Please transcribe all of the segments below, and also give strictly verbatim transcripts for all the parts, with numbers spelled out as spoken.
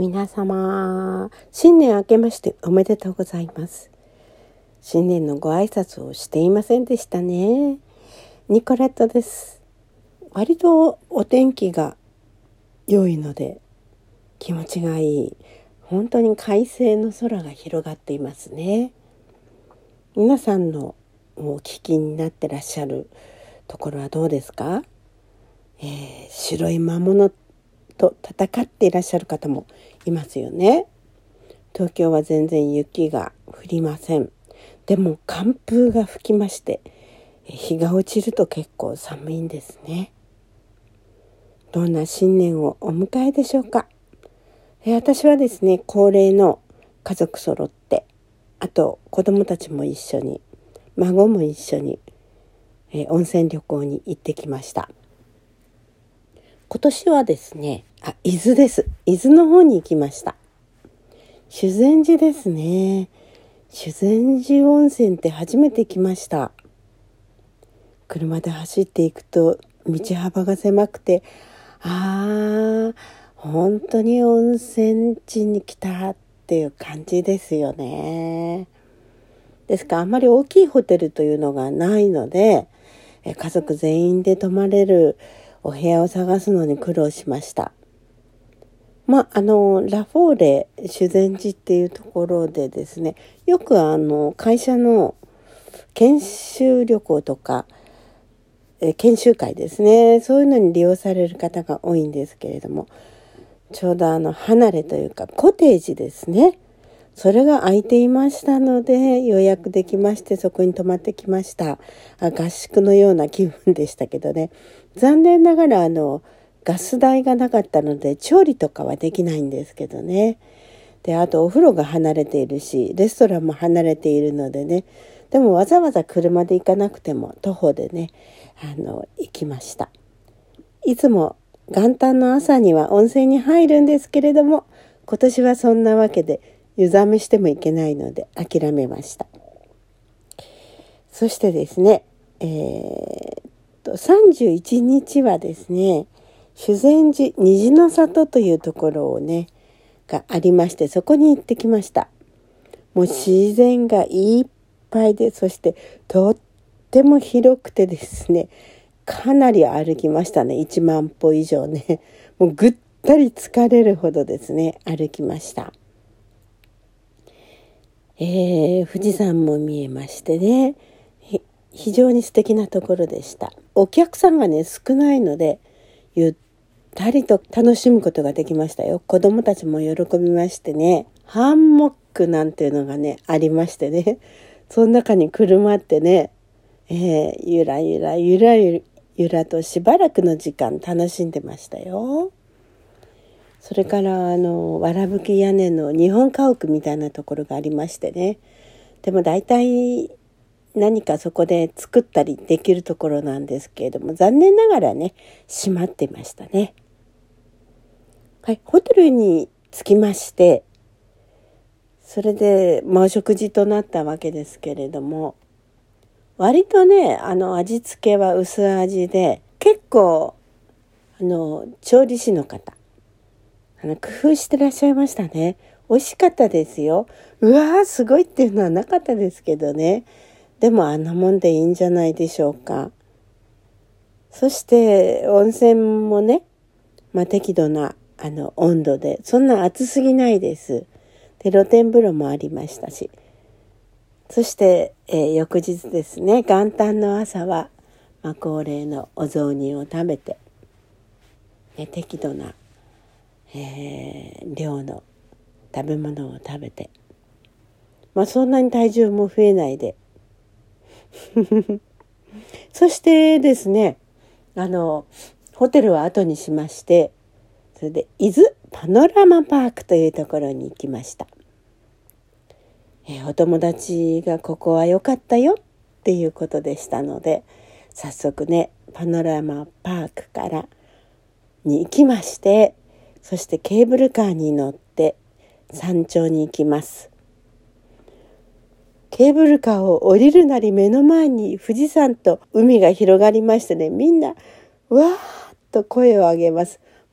皆様、新年明けましておめでとうございます。新年のご挨拶をしていませんでしたね。ニコレットです。割とお天気が良いので気持ちがいい。本当に快晴の空が広がっていますね。皆さんのお聞きになってらっしゃるところはどうですか？えー、白い魔物と戦っていらっしゃる方もいますよね。東京は全然雪が降りません。でも寒風が吹きまして、日が落ちると結構寒いんですね。どんな新年をお迎えでしょうか？え私はですね、恒例の家族揃って、あと子供たちも一緒に、孫も一緒に、え温泉旅行に行ってきました。今年はですね、あ、伊豆です。伊豆の方に行きました。修善寺ですね。修善寺温泉って初めて来ました。車で走っていくと道幅が狭くて、あー、本当に温泉地に来たっていう感じですよね。ですからあんまり大きいホテルというのがないので、家族全員で泊まれるお部屋を探すのに苦労しました。まあ、あのラフォーレ修善寺っていうところでですね、よくあの会社の研修旅行とかえ研修会ですね、そういうのに利用される方が多いんですけれども、ちょうどあの離れというかコテージですね、それが空いていましたので予約できまして、そこに泊まってきました。あ合宿のような気分でしたけどね、残念ながらあのガス代がなかったので調理とかはできないんですけどね。であとお風呂が離れているし、レストランも離れているのでね、でもわざわざ車で行かなくても徒歩でねあの行きました。いつも元旦の朝には温泉に入るんですけれども、今年はそんなわけで湯冷めしてもいけないので諦めました。そしてですね、えー、っとさんじゅういちにちはですね、修善寺虹の里というところをねがありまして、そこに行ってきました。もう自然がいっぱいで、そしてとっても広くてですね、かなり歩きましたね。いちまん歩以上ね、もうぐったり疲れるほどですね歩きました。えー、富士山も見えましてね、非常に素敵なところでした。お客さんがね少ないのでゆったりと楽しむことができましたよ。子供たちも喜びましてね、ハンモックなんていうのがねありましてね、その中にくるまってね、えー、ゆらゆらゆらゆらとしばらくの時間楽しんでましたよ。それからあのわらぶき屋根の日本家屋みたいなところがありましてね、でも大体何かそこで作ったりできるところなんですけれども、残念ながらね閉まってましたね。はい、ホテルに着きまして、それで、まあ、お食事となったわけですけれども、割とねあの味付けは薄味で、結構あの調理師の方あの工夫してらっしゃいましたね。美味しかったですよ。うわーすごいっていうのはなかったですけどね、でもあんなもんでいいんじゃないでしょうか。そして温泉もね、まあ、適度なあの温度で、そんな暑すぎないです。で露天風呂もありましたし、そして、えー、翌日ですね、元旦の朝は、まあ、恒例のお雑煮を食べて、ね、適度な、えー、量の食べ物を食べて、まあ、そんなに体重も増えないでそしてですね、あのホテルは後にしまして、それで伊豆パノラマパークというところに行きました。えー、お友達がここは良かったよっていうことでしたので、早速ねパノラマパークからに行きまして、そしてケーブルカーに乗って山頂に行きます。ケーブルカーを降りるなり目の前に富士山と海が広がりましてね、みんなわーっと声を上げます。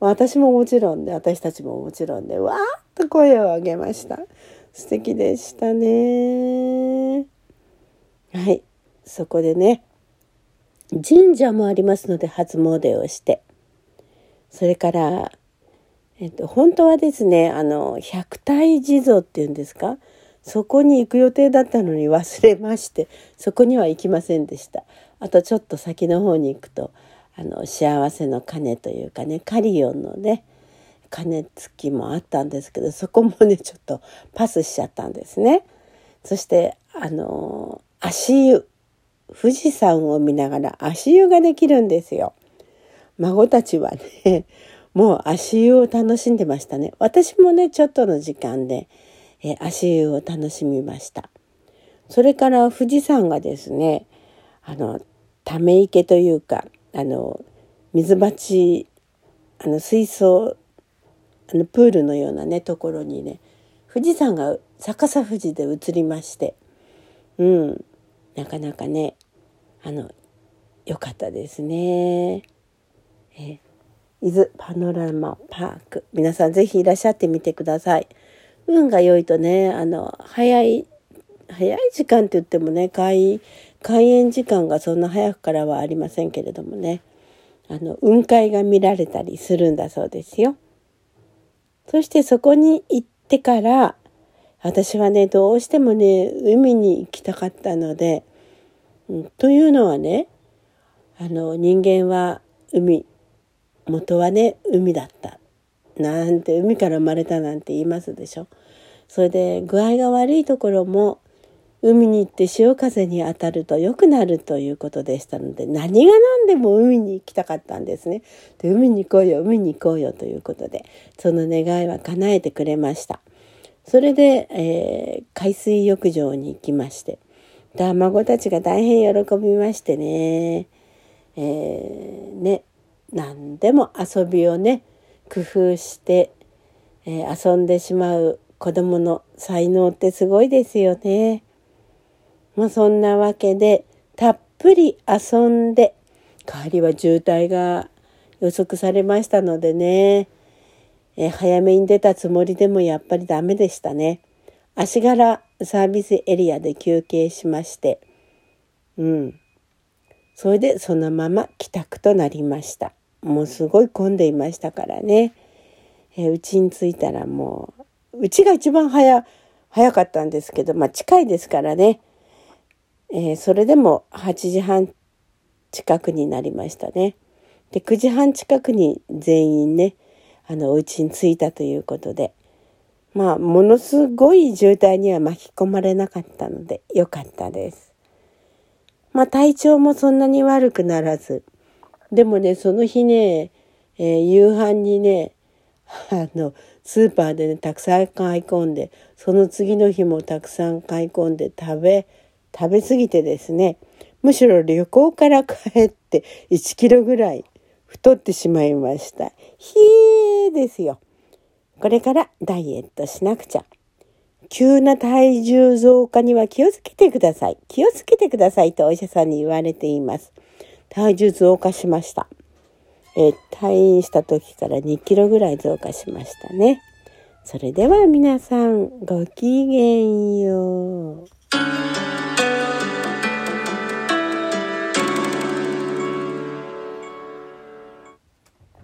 私ももちろんで、私たちももちろんで、わーっと声を上げました。素敵でしたね。はい、そこでね、神社もありますので初詣をして、それから、えっと、本当はですね、あの百体地蔵っていうんですか、そこに行く予定だったのに忘れまして、そこには行きませんでした。あとちょっと先の方に行くと、あの幸せの鐘というかね、カリオンのね鐘つきもあったんですけど、そこもねちょっとパスしちゃったんですね。そしてあの足湯、富士山を見ながら足湯ができるんですよ。孫たちはねもう足湯を楽しんでましたね。私もねちょっとの時間で、え足湯を楽しみました。それから富士山がですね、あのため池というか、あの水鉢、あの水槽、あのプールのようなねところにね、富士山が逆さ富士で映りまして、うん、なかなかね、あの良かったですね。え伊豆パノラマパーク、皆さんぜひいらっしゃってみてください。運が良いとね、あの早い早い時間って言ってもね、開開園時間がそんな早くからはありませんけれどもね、あの雲海が見られたりするんだそうですよ。そしてそこに行ってから、私はねどうしてもね海に行きたかったので、うん、というのはね、あの人間は海、元はね海だったなんて、海から生まれたなんて言いますでしょ。それで具合が悪いところも海に行って潮風に当たると良くなるということでしたので、何が何でも海に行きたかったんですね。で、海に行こうよ海に行こうよということで、その願いは叶えてくれました。それで、えー、海水浴場に行きまして、で孫たちが大変喜びましてね、えー、ね何でも遊びをね工夫して、えー、遊んでしまう子どもの才能ってすごいですよね。まあ、そんなわけでたっぷり遊んで、帰りは渋滞が予測されましたのでね、えー、早めに出たつもりでもやっぱりダメでしたね。足柄サービスエリアで休憩しまして、うん、それでそのまま帰宅となりました。もうすごい混んでいましたからね。えー、うちに着いたらもう、うちが一番早早かったんですけど、まあ近いですからね。えー、それでもはちじはん近くになりましたね。でくじはん近くに全員ね、あのお家に着いたということで、まあものすごい渋滞には巻き込まれなかったのでよかったです。まあ体調もそんなに悪くならず、でもねその日ね、えー、夕飯にねあのスーパーでねたくさん買い込んで、その次の日もたくさん買い込んで食べ食べ過ぎてですね、むしろ旅行から帰っていちキロぐらい太ってしまいました。ひーですよ。これからダイエットしなくちゃ。急な体重増加には気をつけてください。気をつけてくださいとお医者さんに言われています。体重増加しました。えー、退院した時からにキロぐらい増加しましたね。それでは皆さんごきげんよう。